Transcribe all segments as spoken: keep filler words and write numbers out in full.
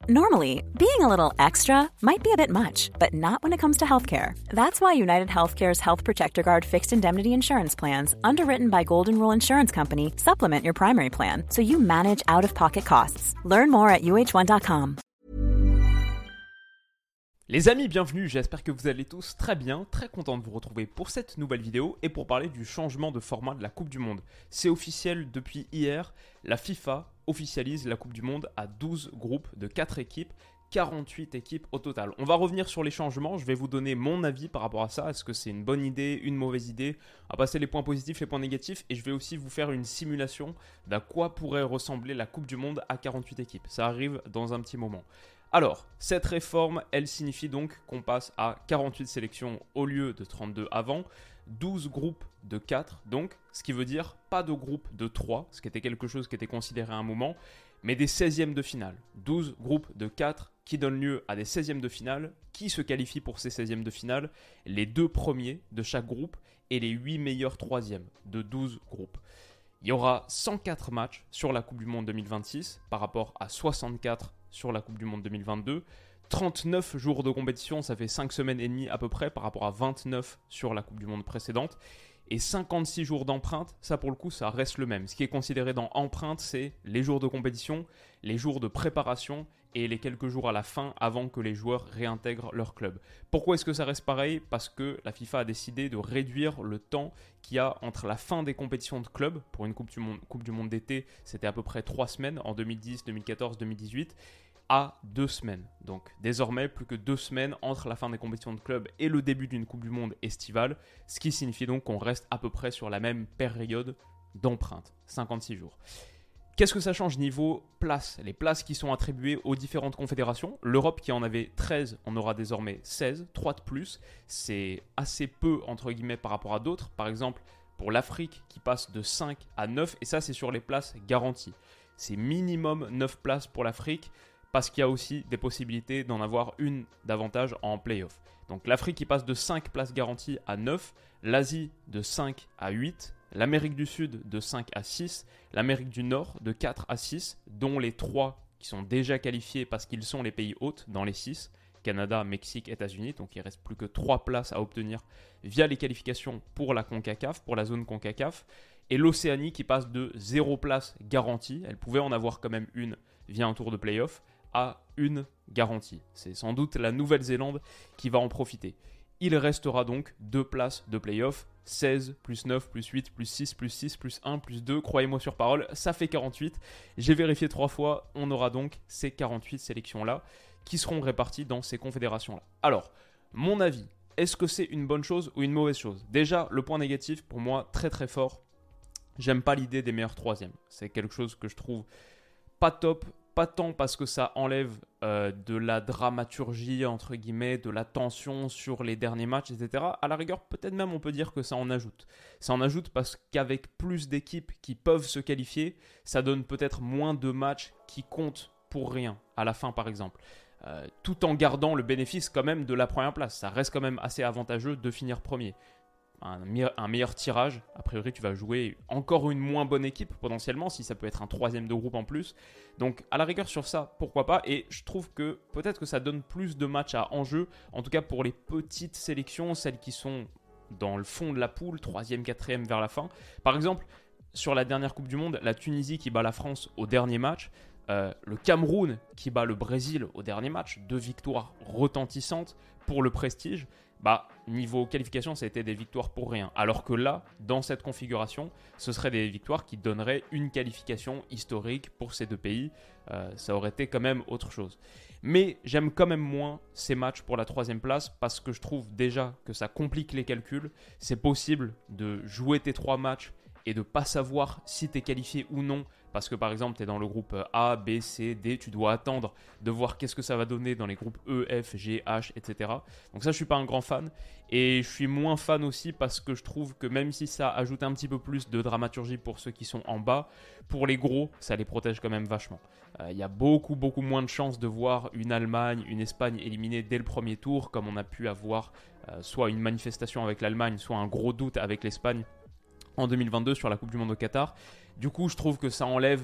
Normally, being a little extra might be a bit much, but not when it comes to healthcare. That's why United Healthcare's Health Protector Guard fixed indemnity insurance plans, underwritten by Golden Rule Insurance Company, supplement your primary plan so you manage out-of-pocket costs. Learn more at U H one dot com. Les amis, bienvenue, j'espère que vous allez tous très bien, très content de vous retrouver pour cette nouvelle vidéo et pour parler du changement de format de la Coupe du Monde. C'est officiel depuis hier, la FIFA officialise la Coupe du Monde à douze groupes de quatre équipes, quarante-huit équipes au total. On va revenir sur les changements, je vais vous donner mon avis par rapport à ça, est-ce que c'est une bonne idée, une mauvaise idée, on va passer les points positifs, les points négatifs et je vais aussi vous faire une simulation d'à quoi pourrait ressembler la Coupe du Monde à quarante-huit équipes. Ça arrive dans un petit moment. Alors, cette réforme, elle signifie donc qu'on passe à quarante-huit sélections au lieu de trente-deux avant, douze groupes de quatre donc, ce qui veut dire pas de groupe de trois, ce qui était quelque chose qui était considéré à un moment, mais des seizièmes de finale. douze groupes de quatre qui donnent lieu à des seizièmes de finale. Qui se qualifient pour ces seizièmes de finale? Les deux premiers de chaque groupe et les huit meilleurs troisièmes de douze groupes. Il y aura cent quatre matchs sur la Coupe du Monde deux mille vingt-six par rapport à soixante-quatre sur la Coupe du Monde deux mille vingt-deux. trente-neuf jours de compétition, ça fait cinq semaines et demie à peu près par rapport à vingt-neuf sur la Coupe du Monde précédente. Et cinquante-six jours d'empreinte, ça pour le coup, ça reste le même. Ce qui est considéré dans empreinte, c'est les jours de compétition, les jours de préparation et les quelques jours à la fin avant que les joueurs réintègrent leur club. Pourquoi est-ce que ça reste pareil? Parce que la FIFA a décidé de réduire le temps qu'il y a entre la fin des compétitions de club. Pour une Coupe du Monde, coupe du monde d'été, c'était à peu près trois semaines en deux mille dix, deux mille quatorze, deux mille dix-huit. À deux semaines. Donc désormais, plus que deux semaines entre la fin des compétitions de club et le début d'une Coupe du Monde estivale, ce qui signifie donc qu'on reste à peu près sur la même période d'empreinte, cinquante-six jours. Qu'est-ce que ça change niveau places? Les places qui sont attribuées aux différentes confédérations. L'Europe qui en avait treize, en aura désormais seize, trois de plus. C'est assez peu entre guillemets par rapport à d'autres. Par exemple, pour l'Afrique qui passe de cinq à neuf, et ça c'est sur les places garanties. C'est minimum neuf places pour l'Afrique, parce qu'il y a aussi des possibilités d'en avoir une davantage en play-off. Donc l'Afrique qui passe de cinq places garanties à neuf, l'Asie de cinq à huit, l'Amérique du Sud de cinq à six, l'Amérique du Nord de quatre à six, dont les trois qui sont déjà qualifiés parce qu'ils sont les pays hôtes dans les six, Canada, Mexique, États-Unis, donc il ne reste plus que trois places à obtenir via les qualifications pour la CONCACAF, pour la zone CONCACAF, et l'Océanie qui passe de zéro place garantie, elle pouvait en avoir quand même une via un tour de play-off, à une garantie. C'est sans doute la Nouvelle-Zélande qui va en profiter. Il restera donc deux places de play-off, seize, plus neuf, plus huit, plus six, plus six, plus un, plus deux, croyez-moi sur parole, ça fait quarante-huit. J'ai vérifié trois fois, on aura donc ces quarante-huit sélections-là qui seront réparties dans ces confédérations-là. Alors, mon avis, est-ce que c'est une bonne chose ou une mauvaise chose? Déjà, le point négatif, pour moi, très très fort, j'aime pas l'idée des meilleurs troisièmes. C'est quelque chose que je trouve pas top. Pas tant parce que ça enlève euh, de la dramaturgie, entre guillemets, de la tension sur les derniers matchs, et cetera. À la rigueur, peut-être même on peut dire que ça en ajoute. Ça en ajoute parce qu'avec plus d'équipes qui peuvent se qualifier, ça donne peut-être moins de matchs qui comptent pour rien, à la fin par exemple. Euh, tout en gardant le bénéfice quand même de la première place. Ça reste quand même assez avantageux de finir premier. Un, me- un meilleur tirage, a priori tu vas jouer encore une moins bonne équipe potentiellement, si ça peut être un troisième de groupe en plus. Donc à la rigueur sur ça, pourquoi pas, et je trouve que peut-être que ça donne plus de matchs à enjeu, en tout cas pour les petites sélections, celles qui sont dans le fond de la poule, troisième, quatrième vers la fin. Par exemple, sur la dernière Coupe du Monde, la Tunisie qui bat la France au dernier match, euh, le Cameroun qui bat le Brésil au dernier match, deux victoires retentissantes pour le prestige. Bah, niveau qualification, ça a été des victoires pour rien. Alors que là, dans cette configuration, ce seraient des victoires qui donneraient une qualification historique pour ces deux pays. Euh, ça aurait été quand même autre chose. Mais j'aime quand même moins ces matchs pour la troisième place parce que je trouve déjà que ça complique les calculs. C'est possible de jouer tes trois matchs et de ne pas savoir si tu es qualifié ou non. Parce que par exemple, tu es dans le groupe A, B, C, D, tu dois attendre de voir qu'est-ce que ça va donner dans les groupes E, F, G, H, et cetera. Donc ça, je ne suis pas un grand fan. Et je suis moins fan aussi parce que je trouve que même si ça ajoute un petit peu plus de dramaturgie pour ceux qui sont en bas, pour les gros, ça les protège quand même vachement. Il euh, y a beaucoup, beaucoup moins de chances de voir une Allemagne, une Espagne éliminée dès le premier tour, comme on a pu avoir euh, soit une manifestation avec l'Allemagne, soit un gros doute avec l'Espagne en deux mille vingt-deux sur la Coupe du Monde au Qatar. Du coup, je trouve que ça enlève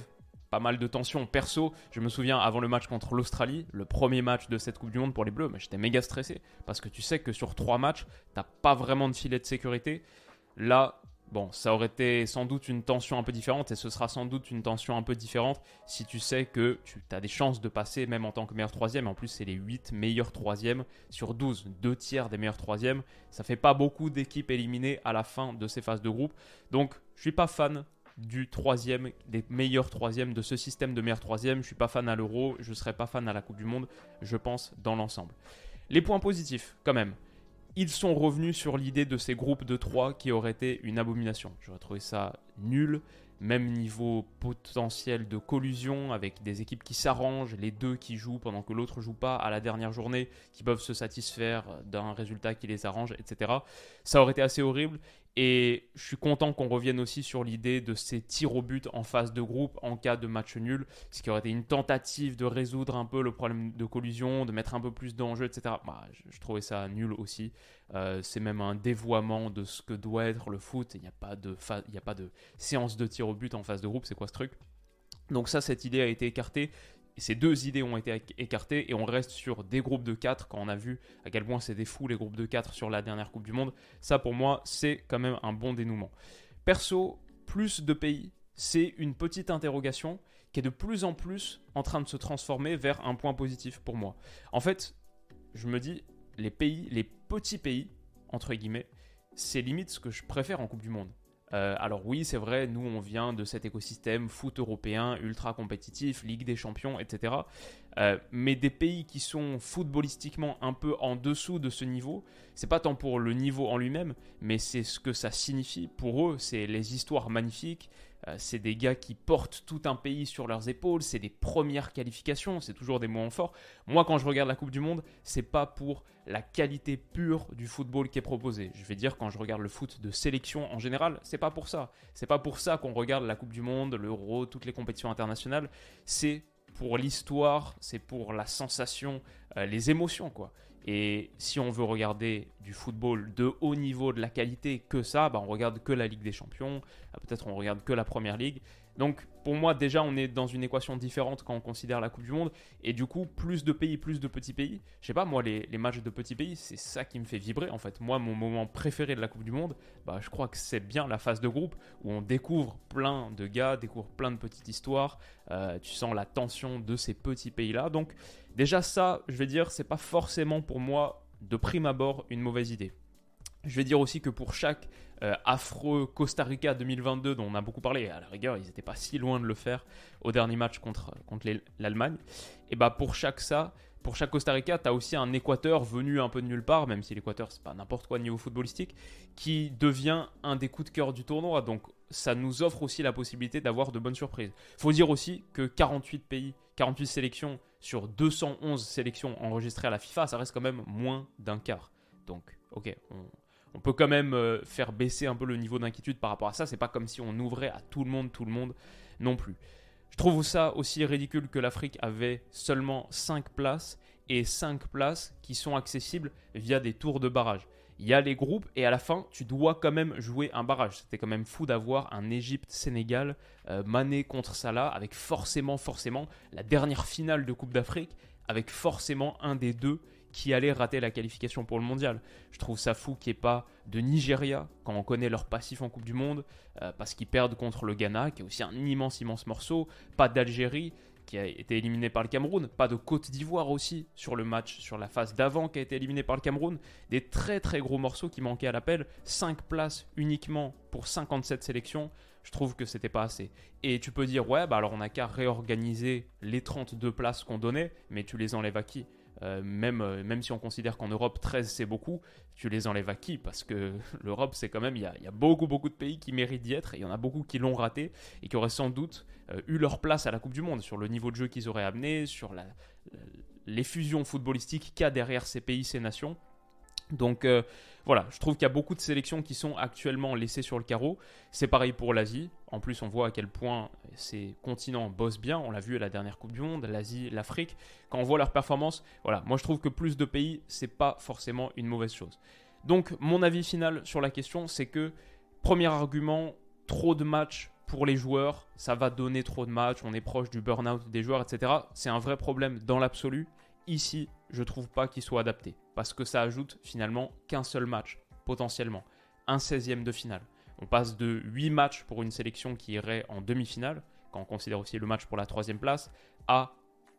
pas mal de tensions. Perso, je me souviens avant le match contre l'Australie, le premier match de cette Coupe du Monde pour les Bleus, mais j'étais méga stressé parce que tu sais que sur trois matchs, t'as pas vraiment de filet de sécurité. Là, bon, ça aurait été sans doute une tension un peu différente et ce sera sans doute une tension un peu différente si tu sais que tu as des chances de passer même en tant que meilleur troisième. En plus, c'est les huit meilleurs troisièmes sur douze, deux tiers des meilleurs troisièmes. Ça fait pas beaucoup d'équipes éliminées à la fin de ces phases de groupe. Donc, je suis pas fan du troisième, des meilleurs troisièmes, de ce système de meilleurs troisièmes. Je suis pas fan à l'Euro, je serai pas fan à la Coupe du Monde, je pense, dans l'ensemble. Les points positifs, quand même. Ils sont revenus sur l'idée de ces groupes de trois qui auraient été une abomination. J'aurais trouvé ça nul, même niveau potentiel de collusion avec des équipes qui s'arrangent, les deux qui jouent pendant que l'autre ne joue pas à la dernière journée, qui peuvent se satisfaire d'un résultat qui les arrange, et cetera. Ça aurait été assez horrible et je suis content qu'on revienne aussi sur l'idée de ces tirs au but en phase de groupe en cas de match nul, ce qui aurait été une tentative de résoudre un peu le problème de collusion, de mettre un peu plus d'enjeux, et cetera. Bah, je, je trouvais ça nul aussi. Euh, c'est même un dévoiement de ce que doit être le foot. Il n'y a pas de fa- il n'y a pas de séance de tir au but en phase de groupe. C'est quoi ce truc? Donc ça, cette idée a été écartée. Ces deux idées ont été écartées et on reste sur des groupes de quatre quand on a vu à quel point c'était fou les groupes de quatre sur la dernière Coupe du Monde. Ça pour moi c'est quand même un bon dénouement. Perso, plus de pays, c'est une petite interrogation qui est de plus en plus en train de se transformer vers un point positif pour moi. En fait, je me dis, les pays, les petits pays, entre guillemets, c'est limite ce que je préfère en Coupe du Monde. Euh, alors oui, c'est vrai, nous on vient de cet écosystème foot européen, ultra compétitif, Ligue des Champions, et cetera. Euh, mais des pays qui sont footballistiquement un peu en dessous de ce niveau, c'est pas tant pour le niveau en lui-même, mais c'est ce que ça signifie pour eux, c'est les histoires magnifiques. Euh, c'est des gars qui portent tout un pays sur leurs épaules, c'est des premières qualifications, c'est toujours des moments forts. Moi, quand je regarde la Coupe du Monde, c'est pas pour la qualité pure du football qui est proposé. Je vais dire, quand je regarde le foot de sélection en général, c'est pas pour ça. C'est pas pour ça qu'on regarde la Coupe du Monde, l'Euro, toutes les compétitions internationales. C'est pour l'histoire, c'est pour la sensation, euh, les émotions, quoi. Et si on veut regarder du football de haut niveau, de la qualité, que ça, bah on regarde que la Ligue des Champions, peut-être on regarde que la Première Ligue. Donc pour moi déjà on est dans une équation différente quand on considère la Coupe du Monde et du coup plus de pays, plus de petits pays. Je sais pas, moi les, les matchs de petits pays c'est ça qui me fait vibrer en fait. Moi mon moment préféré de la Coupe du Monde, bah, je crois que c'est bien la phase de groupe où on découvre plein de gars, découvre plein de petites histoires, euh, tu sens la tension de ces petits pays là. Donc déjà ça je vais dire c'est pas forcément pour moi de prime abord une mauvaise idée. Je vais dire aussi que pour chaque euh, affreux Costa Rica deux mille vingt-deux dont on a beaucoup parlé, à la rigueur ils n'étaient pas si loin de le faire au dernier match contre, contre les, l'Allemagne, et bah pour chaque ça, pour chaque Costa Rica, tu as aussi un Équateur venu un peu de nulle part, même si l'Équateur c'est pas n'importe quoi niveau footballistique, qui devient un des coups de cœur du tournoi. Donc ça nous offre aussi la possibilité d'avoir de bonnes surprises. Il faut dire aussi que quarante-huit pays, quarante-huit sélections sur deux cent onze sélections enregistrées à la FIFA, ça reste quand même moins d'un quart. Donc ok, on... On peut quand même euh, faire baisser un peu le niveau d'inquiétude par rapport à ça. C'est pas comme si on ouvrait à tout le monde, tout le monde non plus. Je trouve ça aussi ridicule que l'Afrique avait seulement cinq places et cinq places qui sont accessibles via des tours de barrage. Il y a les groupes et à la fin, tu dois quand même jouer un barrage. C'était quand même fou d'avoir un Égypte-Sénégal, euh, Mané contre Salah, avec forcément, forcément la dernière finale de Coupe d'Afrique, avec forcément un des deux qui allait rater la qualification pour le mondial. Je trouve ça fou qu'il n'y ait pas de Nigeria, quand on connaît leur passif en Coupe du Monde, euh, parce qu'ils perdent contre le Ghana, qui est aussi un immense, immense morceau. Pas d'Algérie, qui a été éliminé par le Cameroun. Pas de Côte d'Ivoire aussi, sur le match, sur la phase d'avant, qui a été éliminé par le Cameroun. Des très, très gros morceaux qui manquaient à l'appel. cinq places uniquement pour cinquante-sept sélections. Je trouve que c'était pas assez. Et tu peux dire, ouais, bah alors on n'a qu'à réorganiser les trente-deux places qu'on donnait, mais tu les enlèves à qui ? Euh, même, euh, même si on considère qu'en Europe, treize c'est beaucoup, tu les enlèves à qui? Parce que l'Europe, c'est quand même, il y a, y a beaucoup, beaucoup de pays qui méritent d'y être, et il y en a beaucoup qui l'ont raté, et qui auraient sans doute euh, eu leur place à la Coupe du Monde, sur le niveau de jeu qu'ils auraient amené, sur la, la, l'effusion footballistique qu'il y a derrière ces pays, ces nations. Donc euh, voilà, je trouve qu'il y a beaucoup de sélections qui sont actuellement laissées sur le carreau. C'est pareil pour l'Asie. En plus, on voit à quel point ces continents bossent bien. On l'a vu à la dernière Coupe du Monde, l'Asie, l'Afrique. Quand on voit leurs performances, voilà, moi je trouve que plus de pays, c'est pas forcément une mauvaise chose. Donc mon avis final sur la question, c'est que premier argument, trop de matchs pour les joueurs, ça va donner trop de matchs, on est proche du burn-out des joueurs, et cetera. C'est un vrai problème dans l'absolu. Ici, je ne trouve pas qu'il soit adapté parce que ça ajoute finalement qu'un seul match, potentiellement, un seizième de finale. On passe de huit matchs pour une sélection qui irait en demi-finale, quand on considère aussi le match pour la troisième place, à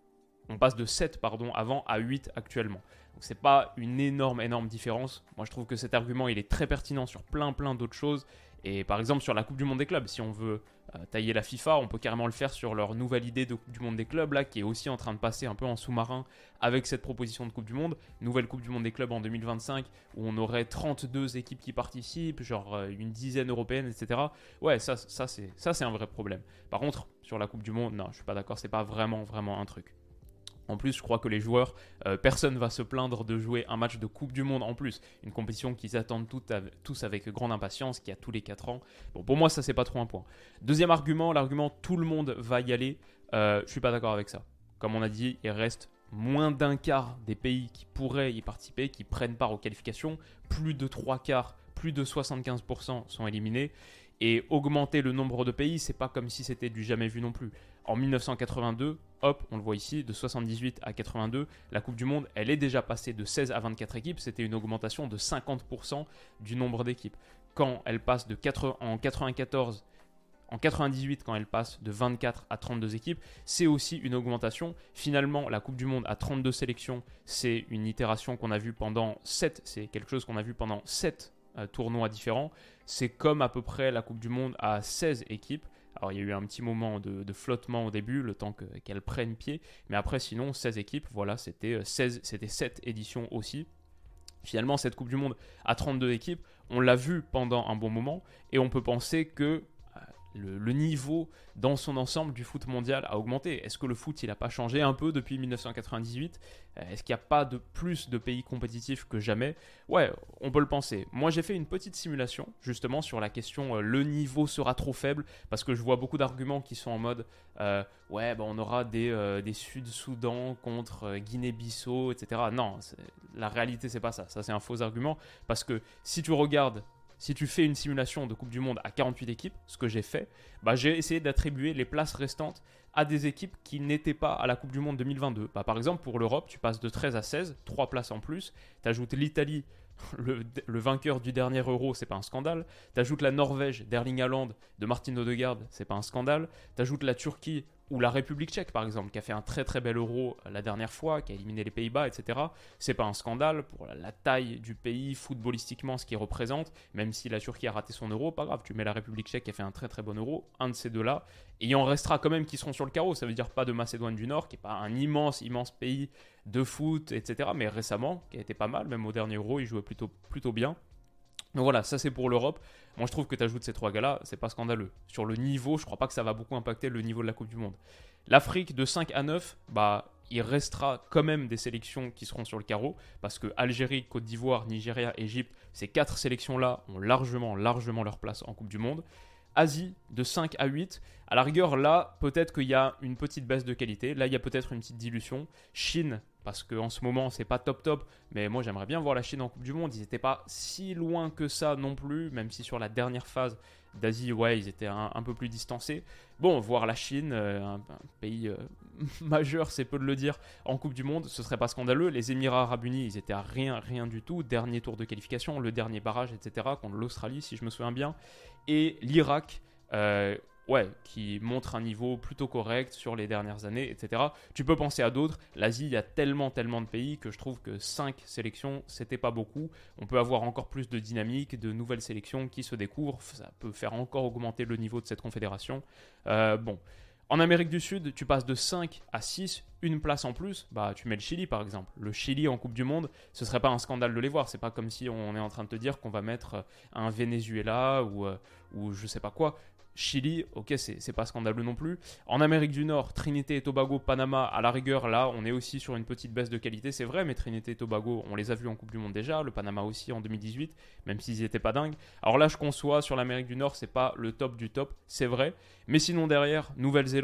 on passe de sept pardon, avant à huit actuellement. Donc c'est pas une énorme, énorme différence. Moi, je trouve que cet argument, il est très pertinent sur plein, plein d'autres choses. Et par exemple, sur la Coupe du Monde des clubs, si on veut euh, tailler la FIFA, on peut carrément le faire sur leur nouvelle idée de Coupe du Monde des clubs, là, qui est aussi en train de passer un peu en sous-marin avec cette proposition de Coupe du Monde. Nouvelle Coupe du Monde des clubs en deux mille vingt-cinq, où on aurait trente-deux équipes qui participent, genre euh, une dizaine européenne, et cetera. Ouais, ça, ça, c'est, ça, c'est un vrai problème. Par contre, sur la Coupe du Monde, non, je suis pas d'accord, c'est pas vraiment, vraiment un truc. En plus, je crois que les joueurs, euh, personne ne va se plaindre de jouer un match de Coupe du Monde en plus. Une compétition qu'ils attendent tout avec, tous avec grande impatience, qui a tous les quatre ans. Bon, pour moi, ça, c'est pas trop un point. Deuxième argument, l'argument tout le monde va y aller. Euh, je suis pas d'accord avec ça. Comme on a dit, il reste moins d'un quart des pays qui pourraient y participer, qui prennent part aux qualifications. Plus de trois quarts, plus de soixante-quinze pour cent sont éliminés. Et augmenter le nombre de pays, c'est pas comme si c'était du jamais vu non plus. En dix-neuf cent quatre-vingt-deux, hop, on le voit ici, de soixante-dix-huit à quatre-vingt-deux, la Coupe du Monde, elle est déjà passée de seize à vingt-quatre équipes. C'était une augmentation de cinquante pour cent du nombre d'équipes. Quand elle passe de quatre, en quatre-vingt-quatorze, en quatre-vingt-dix-huit, quand elle passe de vingt-quatre à trente-deux équipes, c'est aussi une augmentation. Finalement, la Coupe du Monde à trente-deux sélections, c'est une itération qu'on a vue pendant sept, c'est quelque chose qu'on a vu pendant sept euh, tournois différents. C'est comme à peu près la Coupe du Monde à seize équipes. Alors, il y a eu un petit moment de, de flottement au début, le temps que, qu'elles prennent pied. Mais après, sinon, seize équipes, voilà, c'était, seize, c'était sept éditions aussi. Finalement, cette Coupe du Monde à trente-deux équipes, on l'a vu pendant un bon moment. Et on peut penser que euh, le, le niveau dans son ensemble du foot mondial a augmenté. Est-ce que le foot, il n'a pas changé un peu depuis dix-neuf cent quatre-vingt-dix-huit ? Est-ce qu'il n'y a pas de plus de pays compétitifs que jamais ? Ouais, on peut le penser. Moi, j'ai fait une petite simulation, justement, sur la question euh, le niveau sera trop faible, parce que je vois beaucoup d'arguments qui sont en mode euh, ouais, bah, on aura des, euh, des Sud-Soudan contre euh, Guinée-Bissau, et cetera. Non, c'est, la réalité, c'est pas ça. Ça, c'est un faux argument, parce que si tu regardes, si tu fais une simulation de Coupe du Monde à quarante-huit équipes, ce que j'ai fait, bah, j'ai essayé d'attribuer les places restantes à des équipes qui n'étaient pas à la Coupe du Monde deux mille vingt-deux. Bah, par exemple, pour l'Europe, tu passes de treize à seize, trois places en plus. Tu ajoutes l'Italie, le, le vainqueur du dernier Euro, c'est pas un scandale. Tu ajoutes la Norvège d'Erling Haaland, de Martin Odegaard, c'est pas un scandale. Tu ajoutes la Turquie ou la République tchèque, par exemple, qui a fait un très très bel Euro la dernière fois, qui a éliminé les Pays-Bas, et cetera. C'est pas un scandale pour la, la taille du pays, footballistiquement, ce qu'il représente. Même si la Turquie a raté son Euro, pas grave, tu mets la République tchèque qui a fait un très très bon Euro, un de ces deux-là. Et il en restera quand même qui seront sur le carreau. Ça veut dire pas de Macédoine du Nord, qui n'est pas un immense, immense pays de foot, et cetera. Mais récemment, qui a été pas mal, même au dernier Euro, il jouait plutôt, plutôt bien. Donc voilà, ça c'est pour l'Europe. Moi je trouve que tu ajoutes ces trois gars-là, c'est pas scandaleux. Sur le niveau, je crois pas que ça va beaucoup impacter le niveau de la Coupe du Monde. L'Afrique de cinq à neuf, bah, il restera quand même des sélections qui seront sur le carreau, parce que Algérie, Côte d'Ivoire, Nigeria, Égypte, ces quatre sélections-là ont largement, largement leur place en Coupe du Monde. Asie, de cinq à huit, à la rigueur, là, peut-être qu'il y a une petite baisse de qualité. Là, il y a peut-être une petite dilution. Chine, parce qu'en ce moment, c'est pas top top, mais moi, j'aimerais bien voir la Chine en Coupe du Monde. Ils n'étaient pas si loin que ça non plus, même si sur la dernière phase d'Asie, ouais, ils étaient un, un peu plus distancés. Bon, voir la Chine, euh, un, un pays euh, majeur, c'est peu de le dire, en Coupe du Monde, ce serait pas scandaleux. Les Émirats Arabes Unis, ils étaient à rien, rien du tout. Dernier tour de qualification, le dernier barrage, et cetera, contre l'Australie, si je me souviens bien. Et l'Irak, euh, ouais, qui montre un niveau plutôt correct sur les dernières années, et cetera. Tu peux penser à d'autres. L'Asie, il y a tellement, tellement de pays que je trouve que cinq sélections, c'était pas beaucoup. On peut avoir encore plus de dynamique, de nouvelles sélections qui se découvrent. Ça peut faire encore augmenter le niveau de cette confédération. Euh, bon. En Amérique du Sud, tu passes de cinq à six, une place en plus, bah tu mets le Chili par exemple. Le Chili en Coupe du Monde, ce serait pas un scandale de les voir. C'est pas comme si on est en train de te dire qu'on va mettre un Venezuela ou, euh, ou je sais pas quoi. Chili, ok, c'est, c'est pas scandaleux non plus. En Amérique du Nord, Trinité et Tobago, Panama, à la rigueur, là, on est aussi sur une petite baisse de qualité, c'est vrai, mais Trinité et Tobago, on les a vus en Coupe du Monde déjà, le Panama aussi en deux mille dix-huit, même s'ils étaient pas dingues. Alors là, je conçois, sur l'Amérique du Nord, c'est pas le top du top, c'est vrai. Mais sinon, derrière, Nouvelle-Zélande,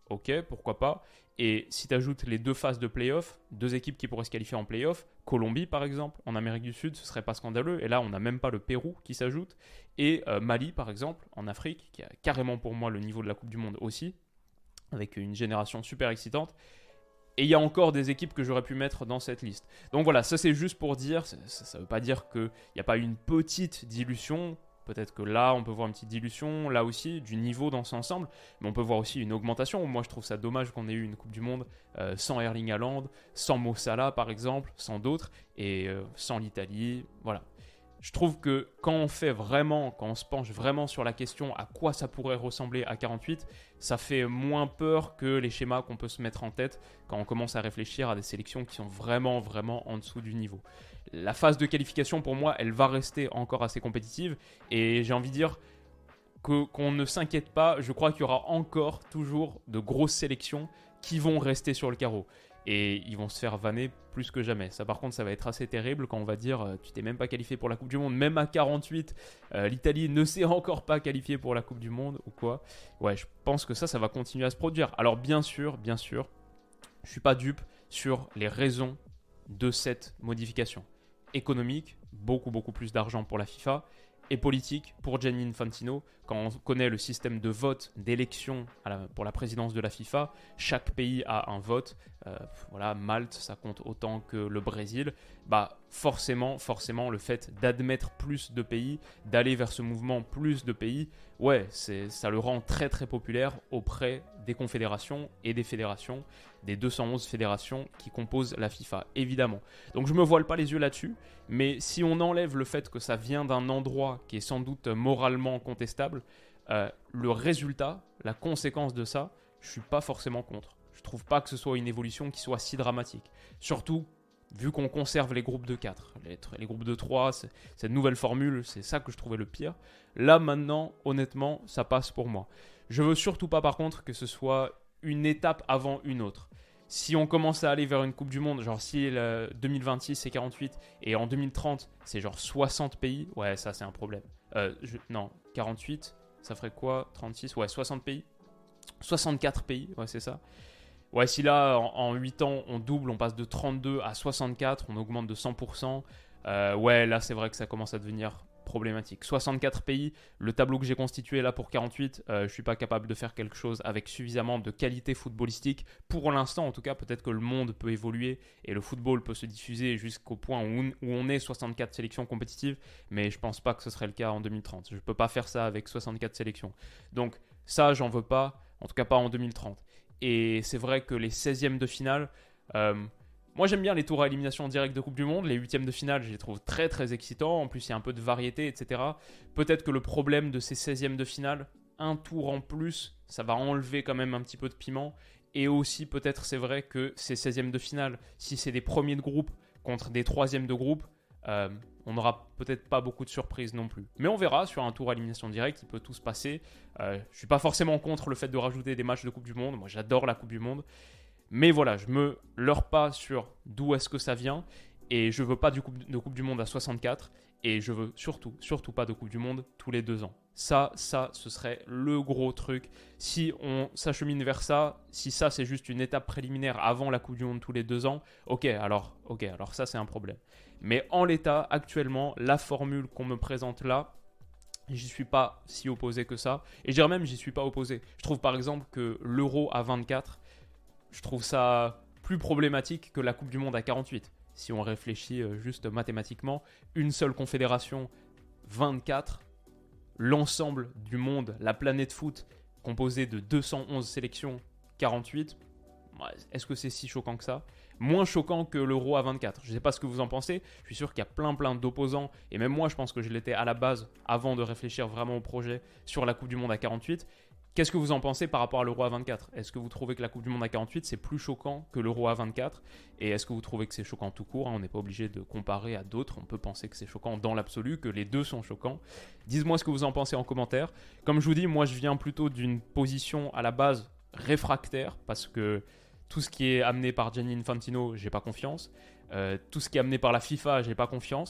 ok, pourquoi pas. Et si tu ajoutes les deux phases de play-off, deux équipes qui pourraient se qualifier en play-off, Colombie par exemple, en Amérique du Sud, ce serait pas scandaleux. Et là, on n'a même pas le Pérou qui s'ajoute. Et euh, Mali par exemple, en Afrique, qui a carrément pour moi le niveau de la Coupe du Monde aussi, avec une génération super excitante. Et il y a encore des équipes que j'aurais pu mettre dans cette liste. Donc voilà, ça c'est juste pour dire, ça ne veut pas dire qu'il n'y a pas une petite dilution. Peut-être que là, on peut voir une petite dilution, là aussi, du niveau dans son ensemble. Mais on peut voir aussi une augmentation. Moi, je trouve ça dommage qu'on ait eu une Coupe du Monde euh, sans Erling Haaland, sans Mo Salah, par exemple, sans d'autres, et euh, sans l'Italie. Voilà. Je trouve que quand on fait vraiment, quand on se penche vraiment sur la question à quoi ça pourrait ressembler à quarante-huit, ça fait moins peur que les schémas qu'on peut se mettre en tête quand on commence à réfléchir à des sélections qui sont vraiment, vraiment en dessous du niveau. La phase de qualification, pour moi, elle va rester encore assez compétitive. Et j'ai envie de dire que, qu'on ne s'inquiète pas. Je crois qu'il y aura encore toujours de grosses sélections qui vont rester sur le carreau. Et ils vont se faire vanner plus que jamais. Ça, par contre, ça va être assez terrible quand on va dire euh, tu t'es même pas qualifié pour la Coupe du Monde. Même à quarante-huit, euh, l'Italie ne s'est encore pas qualifiée pour la Coupe du Monde ou quoi. Ouais, je pense que ça, ça va continuer à se produire. Alors bien sûr, bien sûr, je suis pas dupe sur les raisons de cette modification. Économique, beaucoup beaucoup plus d'argent pour la FIFA, et politique pour Gianni Infantino. Quand on connaît le système de vote, d'élection à la, pour la présidence de la FIFA, chaque pays a un vote. Euh, voilà, Malte, ça compte autant que le Brésil. Bah forcément, forcément, le fait d'admettre plus de pays, d'aller vers ce mouvement plus de pays, ouais, c'est, ça le rend très très populaire auprès des confédérations et des fédérations, des deux cent onze fédérations qui composent la FIFA, évidemment. Donc je me voile pas les yeux là-dessus, mais si on enlève le fait que ça vient d'un endroit qui est sans doute moralement contestable, euh, le résultat, la conséquence de ça, je suis pas forcément contre. Je trouve pas que ce soit une évolution qui soit si dramatique. Surtout vu qu'on conserve les groupes de quatre. Les, les groupes de trois, c'est, cette nouvelle formule, c'est ça que je trouvais le pire. Là, maintenant, honnêtement, ça passe pour moi. Je veux surtout pas, par contre, que ce soit une étape avant une autre. Si on commence à aller vers une Coupe du Monde, genre si le deux mille vingt-six c'est quarante-huit et en deux mille trente c'est genre soixante pays, ouais, ça c'est un problème. Euh, je, non, quarante-huit, ça ferait quoi? trente-six, ouais, soixante pays. soixante-quatre pays, ouais, c'est ça. Ouais, si là, en, en huit ans, on double, on passe de trente-deux à soixante-quatre, on augmente de cent pour cent, euh, ouais, là, c'est vrai que ça commence à devenir problématique. soixante-quatre pays, le tableau que j'ai constitué là pour quarante-huit, euh, je ne suis pas capable de faire quelque chose avec suffisamment de qualité footballistique. Pour l'instant, en tout cas, peut-être que le monde peut évoluer et le football peut se diffuser jusqu'au point où, où on est soixante-quatre sélections compétitives, mais je ne pense pas que ce serait le cas en deux mille trente. Je ne peux pas faire ça avec soixante-quatre sélections. Donc ça, j'en veux pas, en tout cas pas en deux mille trente. Et c'est vrai que les seizièmes de finale, euh, moi j'aime bien les tours à élimination directe de Coupe du Monde. Les huitièmes de finale, je les trouve très très excitants. En plus, il y a un peu de variété, et cetera. Peut-être que le problème de ces seizièmes de finale, un tour en plus, ça va enlever quand même un petit peu de piment. Et aussi, peut-être, c'est vrai que ces seizièmes de finale, si c'est des premiers de groupe contre des troisièmes de groupe, euh, on n'aura peut-être pas beaucoup de surprises non plus. Mais on verra, sur un tour à élimination directe, il peut tout se passer. Euh, je ne suis pas forcément contre le fait de rajouter des matchs de Coupe du Monde. Moi, j'adore la Coupe du Monde. Mais voilà, je me leurre pas sur d'où est-ce que ça vient. Et je veux pas du coupe, de Coupe du Monde à soixante-quatre. Et je veux surtout, surtout pas de Coupe du Monde tous les deux ans. Ça, ça, ce serait le gros truc. Si on s'achemine vers ça, si ça c'est juste une étape préliminaire avant la Coupe du Monde tous les deux ans, ok, alors, ok, alors ça c'est un problème. Mais en l'état, actuellement, la formule qu'on me présente là, j'y suis pas si opposé que ça. Et je dirais même, j'y suis pas opposé. Je trouve par exemple que l'Euro à vingt-quatre, je trouve ça plus problématique que la Coupe du Monde à quarante-huit. Si on réfléchit juste mathématiquement, une seule confédération, vingt-quatre, l'ensemble du monde, la planète foot, composée de deux cent onze sélections, quarante-huit, est-ce que c'est si choquant que ça ? Moins choquant que l'Euro à vingt-quatre. Je ne sais pas ce que vous en pensez, je suis sûr qu'il y a plein plein d'opposants, et même moi je pense que je l'étais à la base, avant de réfléchir vraiment au projet sur la Coupe du Monde à quarante-huit. Qu'est-ce que vous en pensez par rapport à l'Euro à vingt-quatre ? Est-ce que vous trouvez que la Coupe du Monde à quarante-huit, c'est plus choquant que l'Euro à vingt-quatre ? Et est-ce que vous trouvez que c'est choquant tout court ? On n'est pas obligé de comparer à d'autres. On peut penser que c'est choquant dans l'absolu, que les deux sont choquants. Dites-moi ce que vous en pensez en commentaire. Comme je vous dis, moi, je viens plutôt d'une position à la base réfractaire, parce que tout ce qui est amené par Gianni Infantino, j'ai pas confiance. Euh, tout ce qui est amené par la FIFA, j'ai pas confiance.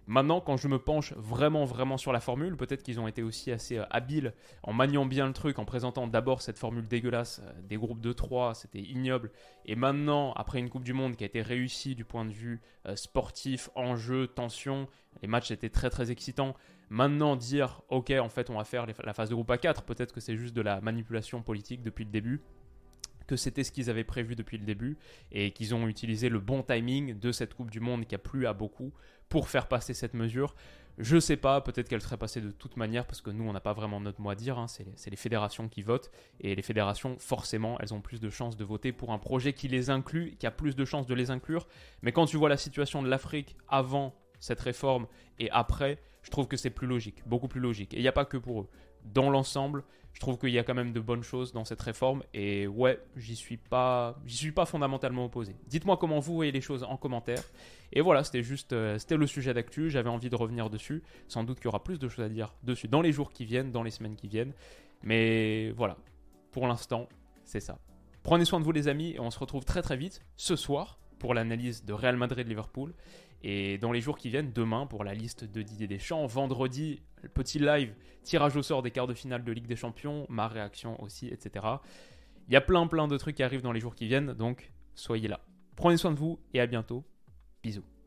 Maintenant, quand je me penche vraiment, vraiment sur la formule, peut-être qu'ils ont été aussi assez euh, habiles en maniant bien le truc, en présentant d'abord cette formule dégueulasse, euh, des groupes de trois, c'était ignoble. Et maintenant, après une Coupe du Monde qui a été réussie du point de vue euh, sportif, enjeu, tension, les matchs étaient très, très excitants. Maintenant, dire, ok, en fait, on va faire les, la phase de groupe à quatre, peut-être que c'est juste de la manipulation politique depuis le début, que c'était ce qu'ils avaient prévu depuis le début et qu'ils ont utilisé le bon timing de cette Coupe du Monde qui a plu à beaucoup pour faire passer cette mesure. Je sais pas, peut-être qu'elle serait passée de toute manière parce que nous, on n'a pas vraiment notre mot à dire, hein. c'est, c'est les fédérations qui votent et les fédérations, forcément, elles ont plus de chances de voter pour un projet qui les inclut, qui a plus de chances de les inclure. Mais quand tu vois la situation de l'Afrique avant cette réforme et après, je trouve que c'est plus logique, beaucoup plus logique. Et il n'y a pas que pour eux. Dans l'ensemble, je trouve qu'il y a quand même de bonnes choses dans cette réforme et ouais, j'y suis pas, j'y suis pas fondamentalement opposé. Dites-moi comment vous voyez les choses en commentaire. Et voilà, c'était juste, euh, c'était le sujet d'actu. J'avais envie de revenir dessus. Sans doute qu'il y aura plus de choses à dire dessus dans les jours qui viennent, dans les semaines qui viennent. Mais voilà, pour l'instant, c'est ça. Prenez soin de vous les amis et on se retrouve très très vite ce soir pour l'analyse de Real Madrid-Liverpool. Et dans les jours qui viennent, demain pour la liste de Didier Deschamps, vendredi, le petit live, tirage au sort des quarts de finale de Ligue des Champions, ma réaction aussi, et cetera. Il y a plein plein de trucs qui arrivent dans les jours qui viennent, donc soyez là. Prenez soin de vous et à bientôt. Bisous.